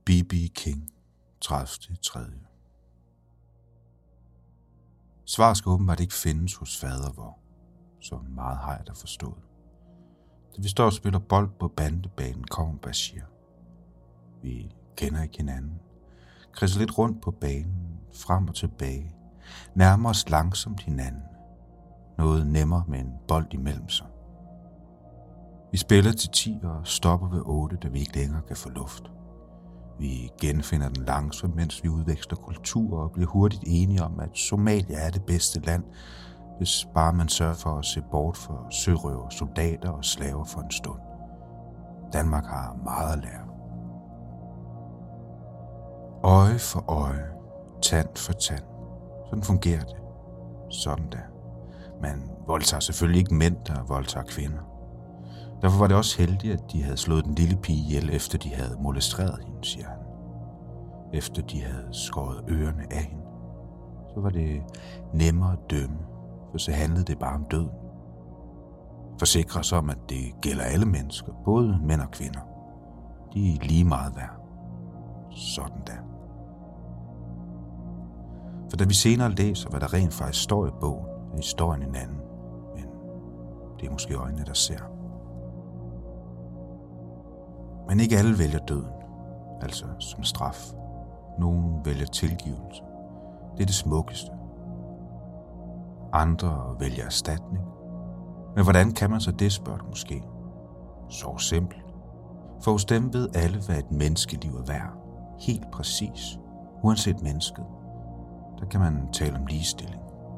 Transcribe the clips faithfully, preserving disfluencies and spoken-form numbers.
B B King, tredivte tredje Svar skal åbenbart ikke findes hos fadervor, så meget har jeg da forstået. Da vi står og spiller bold på bandebanen, kommer Bashir. Vi kender ikke hinanden, kredser lidt rundt på banen, frem og tilbage, nærmer os langsomt hinanden. Noget nemmere med en bold imellem sig. Vi spiller til ti og stopper ved otte, da vi ikke længere kan få luft. Vi genfinder den langsomt, mens vi udveksler kulturer og bliver hurtigt enige om, at Somalia er det bedste land, hvis bare man sørger for at se bort for sørøver, soldater og slaver for en stund. Danmark har meget at lære. Øje for øje, tand for tand. Sådan fungerer det. Sådan der. Man voldtager selvfølgelig ikke mænd, der voldtager kvinder. Derfor var det også heldigt, at de havde slået den lille pige ihjel, efter de havde molesteret hende, siger han. Efter de havde skåret ørerne af hende. Så var det nemmere at dømme, for så handlede det bare om døden. Forsikrer sig om, at det gælder alle mennesker, både mænd og kvinder. De er lige meget værd. Sådan der. For da vi senere læser, hvad der rent faktisk står i bogen, er historien en anden. Men det er måske øjnene, der ser. Men ikke alle vælger døden, altså som straf. Nogle vælger tilgivelse. Det er det smukkeste. Andre vælger erstatning. Men hvordan kan man så det, spørger du måske? Så simpelt. For hos dem ved alle, hvad et menneskeliv er værd. Helt præcis. Uanset mennesket. Der kan man tale om ligestilling.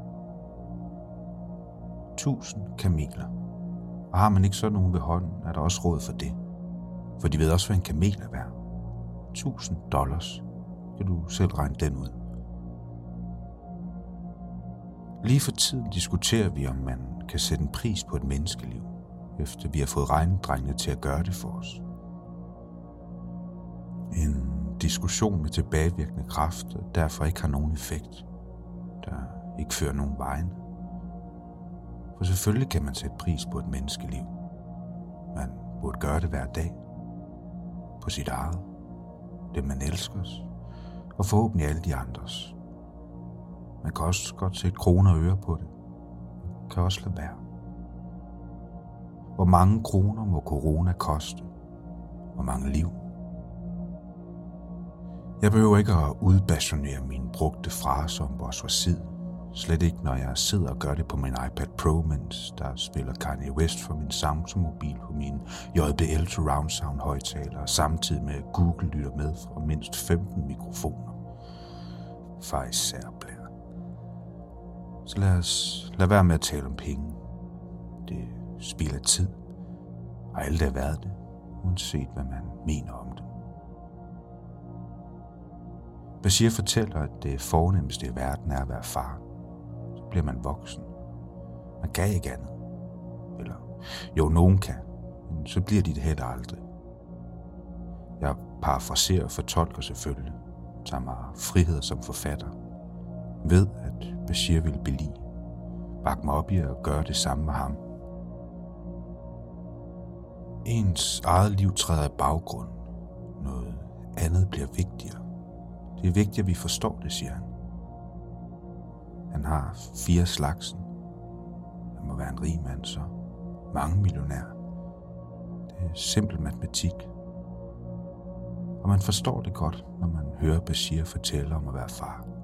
Tusind kameler. Og har man ikke sådan nogen ved hånden, er der også råd for det. For de ved også, hvad en kamel er værd. Tusind dollars. Kan du selv regne den ud. Lige for tiden diskuterer vi, om man kan sætte en pris på et menneskeliv, efter vi har fået regnedrengene til at gøre det for os. En diskussion med tilbagevirkende kraft, og derfor ikke har nogen effekt, der ikke fører nogen vejen. For selvfølgelig kan man sætte pris på et menneskeliv. Man burde gøre det hver dag. På sit eget, det man elsker, og forhåbentlig alle de andres. Man kan også godt sætte kroner og øre på det. Man kan også lade være. Hvor mange kroner må corona koste? Hvor mange liv? Jeg behøver ikke at udbasunere mine brugte fraser om Boswazid. Slet ikke, når jeg sidder og gør det på min iPad Pro, mens der spiller Kanye West for min Samsung-mobil på min J B L Surround Sound højttaler, samtidig med at Google lytter med fra mindst femten mikrofoner. Far især blære. Så lad os lade være med at tale om penge. Det spilder tid, og alt er været det, uanset hvad man mener om det. Bashir fortæller, at det fornemmeste i verden er at være far. Så bliver man voksen. Man kan ikke andet. Eller jo, nogen kan, men så bliver de det heller aldrig. Jeg parafraserer og fortolker selvfølgelig, tager mig frihed som forfatter. Ved, at Bashir vil blive. Bak mig op i at gøre det samme med ham. Ens eget liv træder i baggrund. Noget andet bliver vigtigere. Det er vigtigt, at vi forstår det, siger han. Han har fire slagsen. Han må være en rig mand, så mange millionærer. Det er simpel matematik. Og man forstår det godt, når man hører Bashir fortælle om at være far.